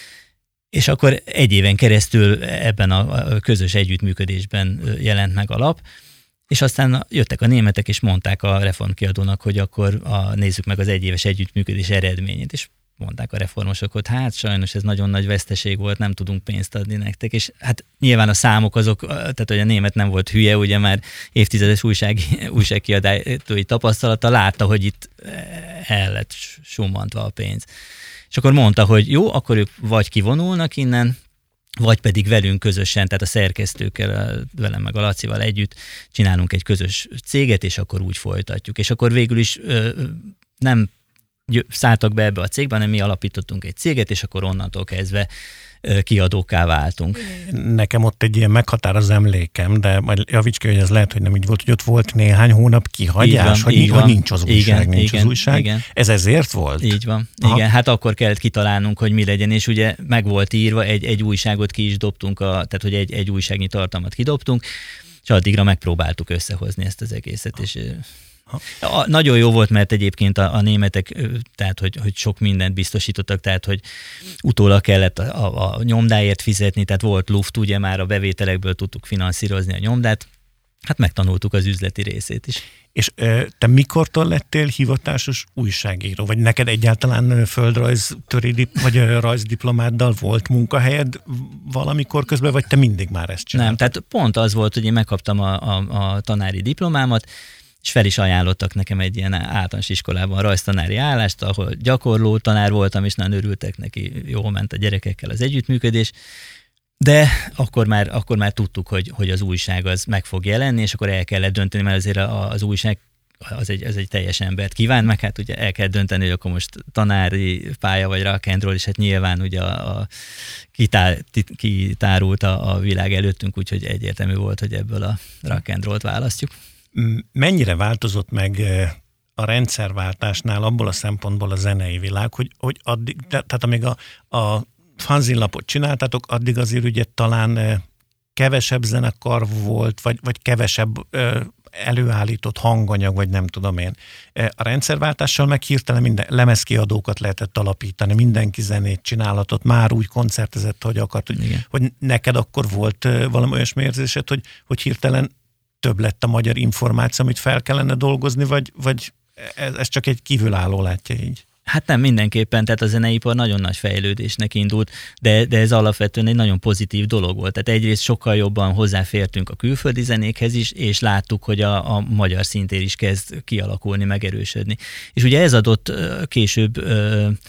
és akkor egy éven keresztül ebben a, a közös együttműködésben jelent meg a lap, és aztán jöttek a németek, és mondták a Reform kiadónak, hogy akkor a, nézzük meg az egyéves együttműködés eredményét, és mondták a reformosok, hogy hát sajnos ez nagyon nagy veszteség volt, nem tudunk pénzt adni nektek, és hát nyilván a számok azok, tehát hogy a német nem volt hülye, ugye már évtizedes újság, újságkiadói tapasztalata látta, hogy itt el lett summantva a pénz. És akkor mondta, hogy jó, akkor ők vagy kivonulnak innen, vagy pedig velünk közösen, tehát a szerkesztőkkel, velem meg a Lacival együtt csinálunk egy közös céget, és akkor úgy folytatjuk. És akkor végül is nem szálltak be ebbe a cégbe, hanem mi alapítottunk egy céget, és akkor onnantól kezdve kiadókká váltunk. Nekem ott egy ilyen meghatározó emlékem, de majd javíts ki, hogy ez lehet, hogy nem így volt, hogy ott volt néhány hónap kihagyás, van, hogy, hogy nincs az újság, igen, nincs igen, az újság. Igen. Ez ezért volt? Így van. Aha. Igen, hát akkor kellett kitalálnunk, hogy mi legyen, és ugye meg volt írva, egy, egy újságot ki is dobtunk, a, tehát hogy egy, egy újságnyi tartalmat kidobtunk, és addigra megpróbáltuk összehozni ezt az egészet, és A, nagyon jó volt, mert egyébként a, a németek, tehát hogy, hogy sok mindent biztosítottak, tehát hogy utólag kellett a, a, a nyomdáért fizetni, tehát volt luft, ugye már a bevételekből tudtuk finanszírozni a nyomdát, hát megtanultuk az üzleti részét is. És te mikortól lettél hivatásos újságíró? Vagy neked egyáltalán földrajz töri, vagy rajzdiplomáddal volt munkahelyed valamikor közben, vagy te mindig már ezt csináltad? Nem, tehát pont az volt, hogy én megkaptam a, a, a tanári diplomámat, és fel is ajánlottak nekem egy ilyen általános iskolában rajztanári állást, ahol gyakorló tanár voltam, és nagyon örültek neki, jól ment a gyerekekkel az együttműködés, de akkor már, akkor már tudtuk, hogy, hogy az újság az meg fog jelenni, és akkor el kellett dönteni, mert azért az újság az egy, az egy teljes embert kíván, meg hát ugye el kell dönteni, hogy akkor most tanári pálya vagy rock and roll, és hát nyilván ugye a, a kitár, kitárult a, a világ előttünk, úgyhogy egyértelmű volt, hogy ebből a rock and rollt választjuk. Mennyire változott meg a rendszerváltásnál abból a szempontból a zenei világ, hogy, hogy addig, tehát amíg a, a fanzinlapot csináltátok, addig azért ugye talán kevesebb zenekar volt, vagy, vagy kevesebb előállított hanganyag, vagy nem tudom én. A rendszerváltással meg hirtelen minden lemezkiadókat lehetett alapítani, mindenki zenét csinálhatott, már úgy koncertezett, hogy akart, hogy, hogy neked akkor volt valami olyasmi érzésed, hogy, hogy hirtelen több lett a magyar információ, amit fel kellene dolgozni, vagy, vagy ez, ez csak egy kívülálló látja így? Hát nem, mindenképpen, tehát a zeneipar nagyon nagy fejlődésnek indult, de, de ez alapvetően egy nagyon pozitív dolog volt. Tehát egyrészt sokkal jobban hozzáfértünk a külföldi zenékhez is, és láttuk, hogy a, a magyar szintér is kezd kialakulni, megerősödni. És ugye ez adott később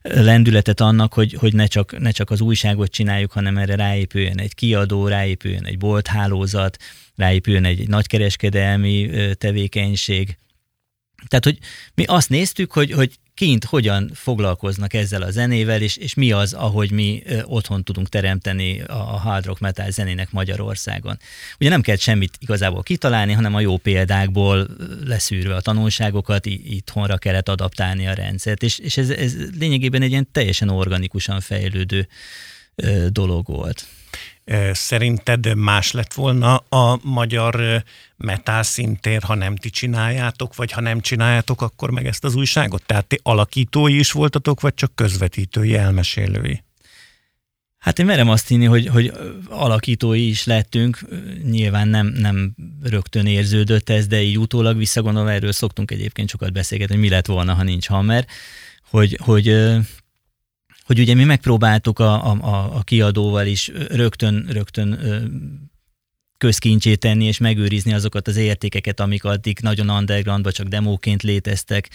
lendületet annak, hogy, hogy ne, csak, ne csak az újságot csináljuk, hanem erre ráépüljön egy kiadó, ráépüljön egy bolthálózat, ráépüljön egy nagykereskedelmi tevékenység. Tehát, hogy mi azt néztük, hogy, hogy kint hogyan foglalkoznak ezzel a zenével, és, és mi az, ahogy mi otthon tudunk teremteni a hard rock metal zenének Magyarországon. Ugye nem kell semmit igazából kitalálni, hanem a jó példákból leszűrve a tanulságokat, itthonra kellett adaptálni a rendszert, és, és ez, ez lényegében egy ilyen teljesen organikusan fejlődő dolog volt. Szerinted más lett volna a magyar metal szintér, ha nem ti csináljátok, vagy ha nem csináljátok, akkor meg ezt az újságot? Tehát ti alakítói is voltatok, vagy csak közvetítői, elmesélői? Hát én merem azt hinni, hogy, hogy alakítói is lettünk, nyilván nem, nem rögtön érződött ez, de így utólag visszagondolva, erről szoktunk egyébként sokat beszélgetni, hogy mi lett volna, ha nincs Hammer, hogy, hogy hogy ugye mi megpróbáltuk a, a, a kiadóval is rögtön, rögtön közkincsét tenni, és megőrizni azokat az értékeket, amik addig nagyon undergroundban csak demóként léteztek,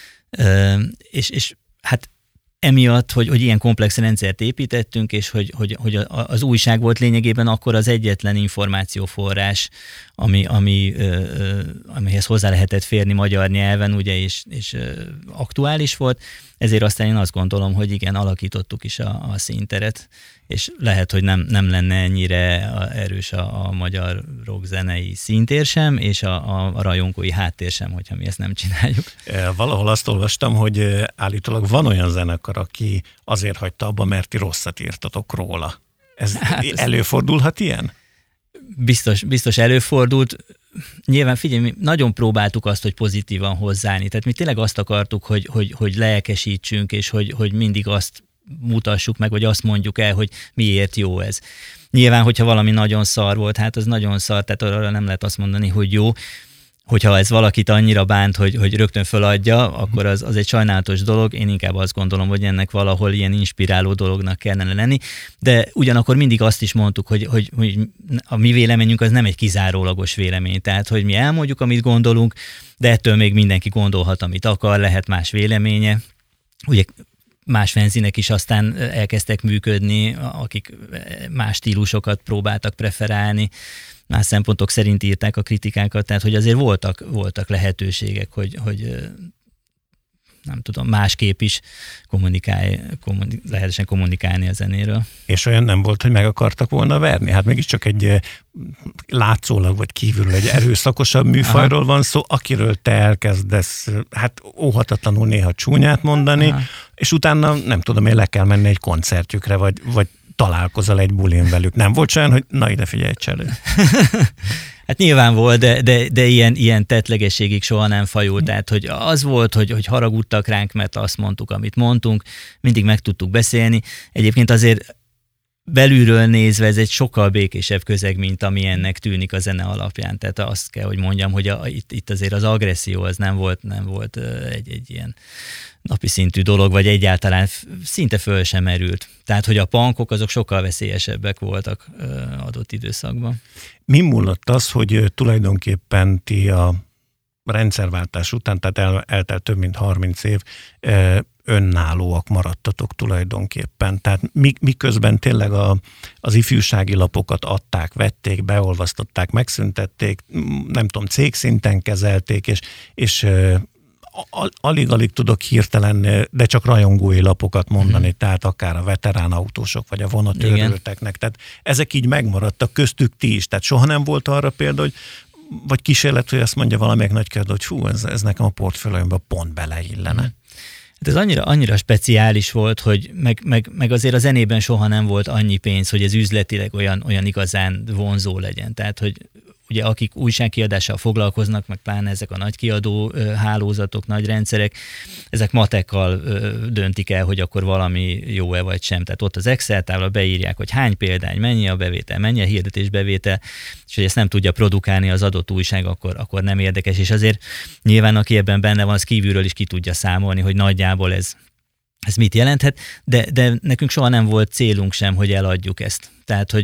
és, és hát emiatt, hogy, hogy ilyen komplex rendszert építettünk, és hogy, hogy, hogy az újság volt lényegében akkor az egyetlen információforrás, ami, ami, amihez hozzá lehetett férni magyar nyelven, ugye, és, és aktuális volt. Ezért aztán én azt gondolom, hogy igen, alakítottuk is a, a színteret, és lehet, hogy nem, nem lenne ennyire erős a, a magyar rockzenei színtér sem, és a, a, a rajongói háttér sem, hogyha mi ezt nem csináljuk. Valahol azt olvastam, hogy állítólag van olyan zenekar, aki azért hagyta abba, mert ti rosszat írtatok róla. Ez hát előfordulhat ilyen? Biztos, biztos előfordult. Nyilván figyelj, mi nagyon próbáltuk azt, hogy pozitívan hozzáállni. Tehát mi tényleg azt akartuk, hogy, hogy, hogy lelkesítsünk, és hogy, hogy mindig azt mutassuk meg, vagy azt mondjuk el, hogy miért jó ez. Nyilván, hogyha valami nagyon szar volt, hát az nagyon szar, tehát arra nem lehet azt mondani, hogy jó. Hogyha ez valakit annyira bánt, hogy, hogy rögtön föladja, akkor az, az egy sajnálatos dolog. Én inkább azt gondolom, hogy ennek valahol ilyen inspiráló dolognak kellene lenni. De ugyanakkor mindig azt is mondtuk, hogy, hogy, hogy a mi véleményünk az nem egy kizárólagos vélemény. Tehát, hogy mi elmondjuk, amit gondolunk, de ettől még mindenki gondolhat, amit akar, lehet más véleménye. Ugye más fanzinek is aztán elkezdtek működni, akik más stílusokat próbáltak preferálni, más szempontok szerint írták a kritikákat, tehát hogy azért voltak, voltak lehetőségek, hogy, hogy nem tudom, másképp is kommunikálj, kommunik, lehetősen kommunikálni a zenéről. És olyan nem volt, hogy meg akartak volna verni? Hát mégiscsak egy látszólag vagy kívülről egy erőszakosabb műfajról Aha. van szó, akiről te elkezdesz hát óhatatlanul néha csúnyát mondani, Aha. és utána nem tudom, én le kell menni egy koncertjükre, vagy, vagy találkozol egy bulin velük. Nem volt olyan, hogy na ide figyelj, cselő. Hát nyilván volt, de, de, de ilyen, ilyen tettlegességig soha nem fajult. Tehát, hogy az volt, hogy, hogy haragudtak ránk, mert azt mondtuk, amit mondtunk, mindig meg tudtuk beszélni. Egyébként azért belülről nézve ez egy sokkal békésebb közeg, mint ami ennek tűnik a zene alapján. Tehát azt kell, hogy mondjam, hogy a, itt, itt azért az agresszió az nem volt, nem volt egy, egy ilyen napi szintű dolog, vagy egyáltalán szinte föl sem merült. Tehát, hogy a punkok azok sokkal veszélyesebbek voltak adott időszakban. Mi múlott az, hogy tulajdonképpen ti a rendszerváltás után, tehát el, eltelt több mint harminc év, önállóak maradtatok tulajdonképpen. Tehát miközben tényleg a, az ifjúsági lapokat adták, vették, beolvasztották, megszüntették, nem tudom, cégszinten kezelték, és, és alig-alig tudok hirtelen, de csak rajongói lapokat mondani, hmm. tehát akár a veterán autósok, vagy a vonatőrülteknek. Tehát ezek így megmaradtak, köztük ti is. Tehát soha nem volt arra példa, hogy vagy kísérlet, hogy azt mondja valamelyik nagykövet, hogy fú, ez, ez nekem a portfóliómba pont beleillene. Hmm. Hát ez annyira, annyira speciális volt, hogy meg, meg, meg azért a zenében soha nem volt annyi pénz, hogy ez üzletileg olyan, olyan igazán vonzó legyen. Tehát, hogy ugye akik újságkiadással foglalkoznak, meg pláne ezek a nagy kiadó hálózatok, nagy rendszerek, ezek matekkal döntik el, hogy akkor valami jó-e vagy sem. Tehát ott az Excel tábla beírják, hogy hány példány, mennyi a bevétel, mennyi a hirdetés bevétel, és hogy ezt nem tudja produkálni az adott újság, akkor, akkor nem érdekes. És azért nyilván aki ebben benne van, az kívülről is ki tudja számolni, hogy nagyjából ez Ez mit jelenthet, de, de nekünk soha nem volt célunk sem, hogy eladjuk ezt. Tehát, hogy, hogy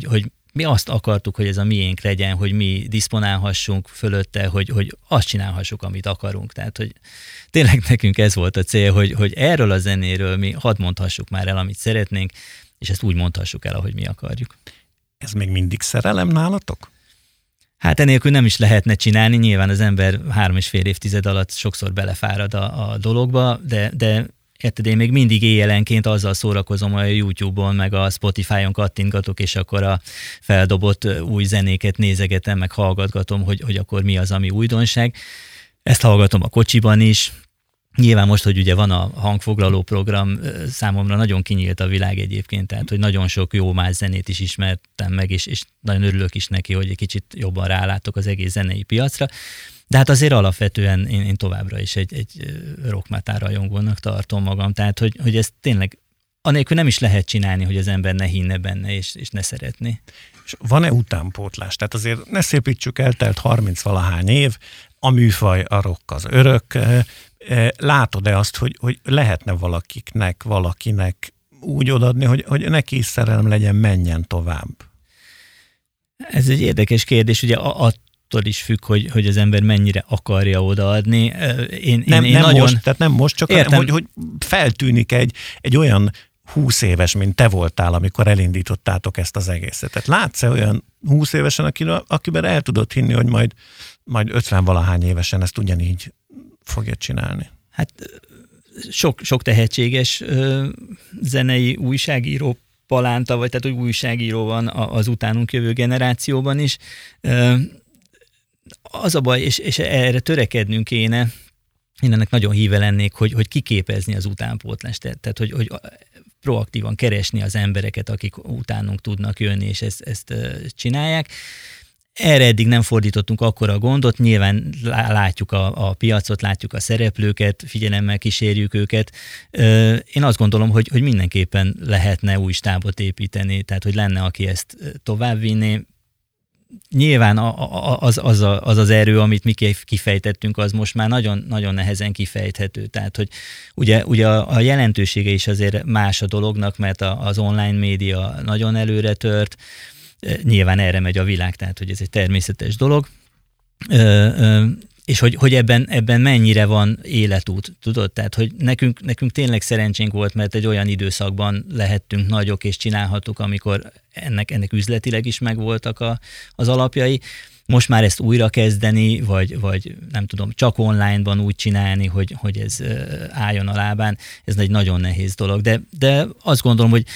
mi azt akartuk, hogy ez a miénk legyen, hogy mi diszponálhassunk fölötte, hogy, hogy azt csinálhassuk, amit akarunk. Tehát, hogy tényleg nekünk ez volt a cél, hogy, hogy erről a zenéről mi hadd mondhassuk már el, amit szeretnénk, és ezt úgy mondhassuk el, ahogy mi akarjuk. Ez még mindig szerelem nálatok? Hát enélkül nem is lehetne csinálni, nyilván az ember három és fél évtized alatt sokszor belefárad a, a dologba, de, de érted, én még mindig éjjelenként azzal szórakozom, hogy a YouTube-on, meg a Spotify-on kattintgatok, és akkor a feldobott új zenéket nézegetem, meg hallgatgatom, hogy, hogy akkor mi az, ami újdonság. Ezt hallgatom a kocsiban is. Nyilván most, hogy ugye van a hangfoglaló program, számomra nagyon kinyílt a világ egyébként, tehát hogy nagyon sok jó más zenét is ismertem meg, és, és nagyon örülök is neki, hogy egy kicsit jobban rálátok az egész zenei piacra. De hát azért alapvetően én, én továbbra is egy, egy rockmetal rajongónak tartom magam, tehát hogy, hogy ezt tényleg anélkül nem is lehet csinálni, hogy az ember ne hinne benne, és, és ne szeretné. És van-e utánpótlás? Tehát azért ne szépítsük, eltelt harminc-valahány év, a műfaj, a rock az örök. Látod-e azt, hogy, hogy lehetne valakiknek, valakinek úgy odaadni, hogy, hogy neki is szerelem legyen, menjen tovább? Ez egy érdekes kérdés, ugye a, a attól is függ, hogy, hogy az ember mennyire akarja odaadni. Én, nem, én, én nem nagyon... most, tehát nem most, csak hanem, hogy, hogy feltűnik egy, egy olyan húsz éves, mint te voltál, amikor elindítottátok ezt az egészet. Tehát látsz-e olyan húsz évesen, akiben, akiben el tudod hinni, hogy majd, majd ötven-valahány évesen ezt ugyanígy fogja csinálni? Hát sok, sok tehetséges ö, zenei újságíró palánta, vagy tehát úgy újságíró van az utánunk jövő generációban is. Ö, az a baj, és, és erre törekednünk kéne, én ennek nagyon híve lennék, hogy, hogy kiképezni az utánpótlást, tehát hogy, hogy proaktívan keresni az embereket, akik utánunk tudnak jönni, és ezt, ezt csinálják. Erre eddig nem fordítottunk akkora gondot, nyilván látjuk a, a piacot, látjuk a szereplőket, figyelemmel kísérjük őket. Én azt gondolom, hogy, hogy mindenképpen lehetne új stábot építeni, tehát hogy lenne, aki ezt továbbvinné. Nyilván az az, az az erő, amit mi kifejtettünk, az most már nagyon, nagyon nehezen kifejthető. Tehát, hogy ugye, ugye a jelentősége is azért más a dolognak, mert az online média nagyon előre tört, nyilván erre megy a világ, tehát hogy ez egy természetes dolog. És hogy, hogy ebben, ebben mennyire van életút, tudod? Tehát, hogy nekünk, nekünk tényleg szerencsénk volt, mert egy olyan időszakban lehettünk nagyok, és csinálhattuk, amikor ennek, ennek üzletileg is megvoltak a, az alapjai. Most már ezt újra kezdeni, vagy, vagy nem tudom, csak online-ban úgy csinálni, hogy, hogy ez álljon a lábán, ez egy nagyon nehéz dolog. De, de azt gondolom, hogy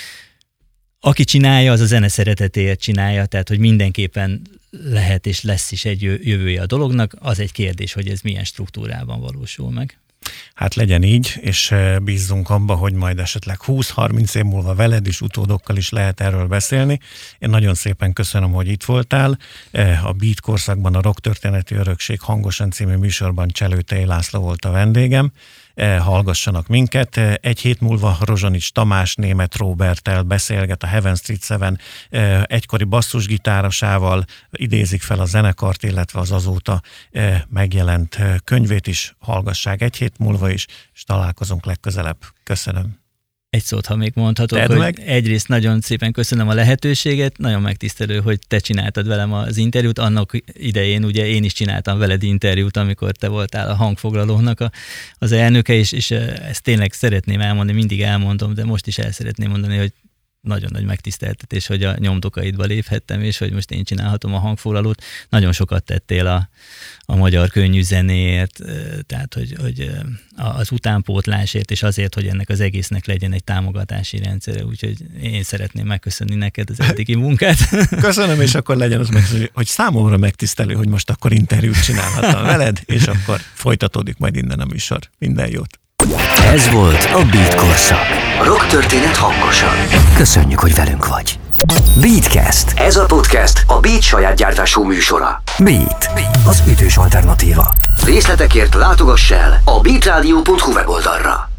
aki csinálja, az a zene szeretetéért csinálja, tehát hogy mindenképpen lehet és lesz is egy jövője a dolognak, az egy kérdés, hogy ez milyen struktúrában valósul meg. Hát legyen így, és bízzunk abba, hogy majd esetleg húsz-harminc év múlva veled is, utódokkal is lehet erről beszélni. Én nagyon szépen köszönöm, hogy itt voltál. A Beat korszakban a Rock Történeti Örökség hangosan című műsorban Cselőtei László volt a vendégem. Hallgassanak minket. Egy hét múlva Rozsonics Tamás Németh Róberttel beszélget a Heaven Street Seven egykori basszusgitárosával, idézik fel a zenekart, illetve az azóta megjelent könyvét is. Hallgassák egy hét múlva is, és találkozunk legközelebb. Köszönöm. Egy szót, ha még mondhatok, Tedd hogy meg. Egyrészt nagyon szépen köszönöm a lehetőséget, nagyon megtisztelő, hogy te csináltad velem az interjút, annak idején ugye én is csináltam veled interjút, amikor te voltál a hangfoglalónak a, az elnöke, és, és ezt tényleg szeretném elmondani, mindig elmondom, de most is el szeretném mondani, hogy nagyon nagy megtiszteltetés, hogy a nyomdokaidba léphettem, és hogy most én csinálhatom a hangfoglalót. Nagyon sokat tettél a, a magyar könnyű zenéért, tehát hogy, hogy az utánpótlásért, és azért, hogy ennek az egésznek legyen egy támogatási rendszere. Úgyhogy én szeretném megköszönni neked az eddigi munkát. Köszönöm, és akkor legyen az meg, hogy számomra megtisztelő, hogy most akkor interjút csinálhattam veled, és akkor folytatódik majd innen a műsor. Minden jót! Ez volt a Beat korszak. A rock történet hangosan. Köszönjük, hogy velünk vagy. Beatcast. Ez a podcast a Beat saját gyártású műsora. Beat, az ütős alternatíva. Részletekért látogass el a beatradio pont hu weboldalra.